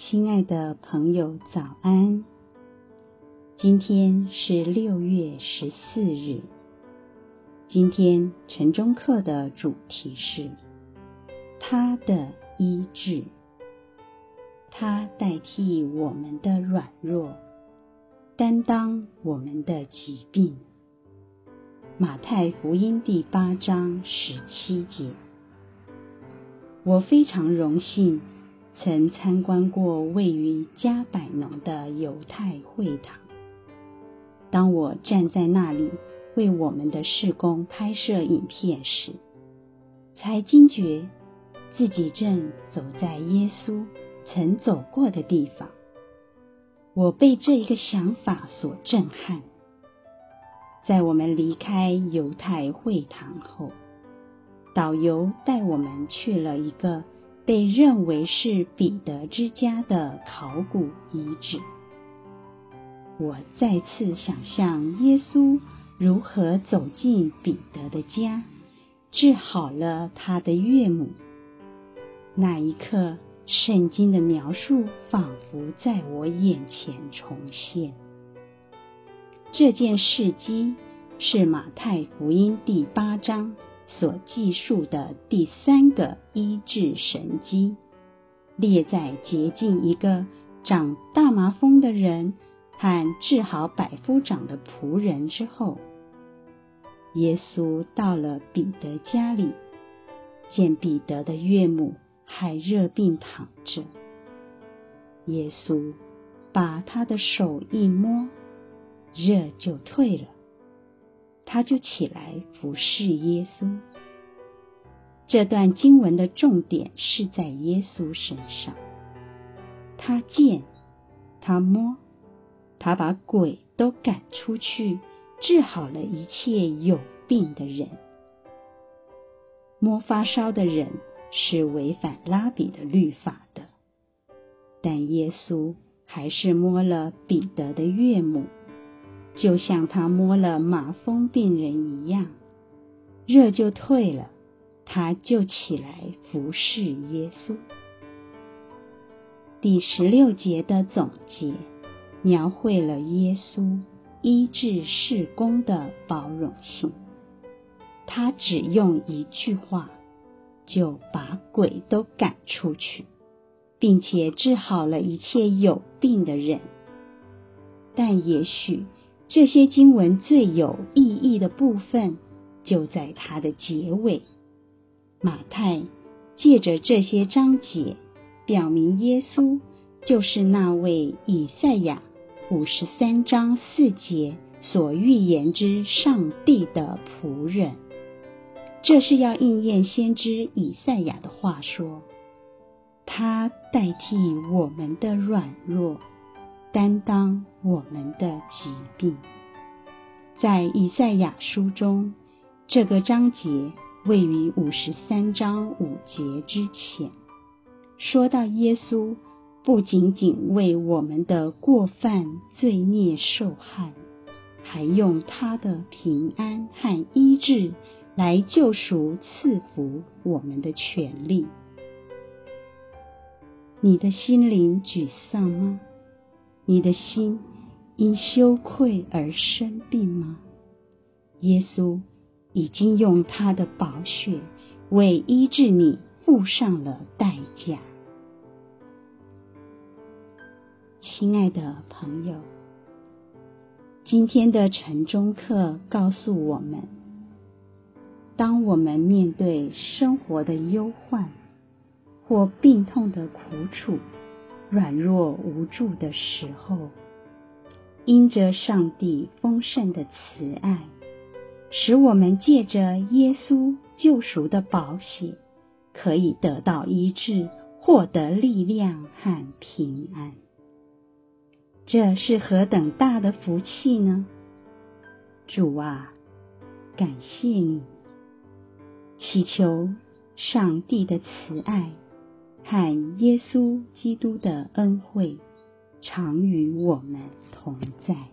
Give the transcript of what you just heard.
亲爱的朋友，早安！今天是6月14日。今天晨钟课的主题是他的医治。他代替我们的软弱，担当我们的疾病。马太福音第8章17节。我非常荣幸曾参观过位于加百农的犹太会堂。当我站在那里为我们的事工拍摄影片时，才惊觉自己正走在耶稣曾走过的地方。我被这一个想法所震撼。在我们离开犹太会堂后，导游带我们去了一个被认为是彼得之家的考古遗址。我再次想象耶稣如何走进彼得的家，治好了他的岳母。那一刻，圣经的描述仿佛在我眼前重现。这件事迹是马太福音第8章所记述的第3个医治神迹，列在洁净一个长大麻风的人和治好百夫长的仆人之后。耶稣到了彼得家里，见彼得的岳母还热病躺着。耶稣把他的手一摸，热就退了，他就起来服侍耶稣。这段经文的重点是在耶稣身上。他见，他摸，他把鬼都赶出去，治好了一切有病的人。摸发烧的人是违反拉比的律法的，但耶稣还是摸了彼得的岳母，就像他摸了麻风病人一样，热就退了，他就起来服侍耶稣。第16节的总结描绘了耶稣医治事工的包容性。他只用一句话就把鬼都赶出去，并且治好了一切有病的人。但也许这些经文最有意义的部分就在它的结尾。马太借着这些章节表明耶稣就是那位以赛亚53章4节所预言之上帝的仆人。这是要应验先知以赛亚的话说，他代替我们的软弱，担当我们的疾病。在以赛亚书中，这个章节位于53章5节之前，说到耶稣不仅仅为我们的过犯罪孽受害，还用他的平安和医治来救赎赐福我们的权利。你的心灵沮丧吗？你的心因羞愧而生病吗？耶稣已经用他的宝血为医治你付上了代价。亲爱的朋友，今天的晨钟课告诉我们，当我们面对生活的忧患或病痛的苦楚，软弱无助的时候，因着上帝丰盛的慈爱，使我们借着耶稣救赎的宝血，可以得到医治，获得力量和平安。这是何等大的福气呢？主啊，感谢你，祈求上帝的慈爱和耶稣基督的恩惠常与我们同在。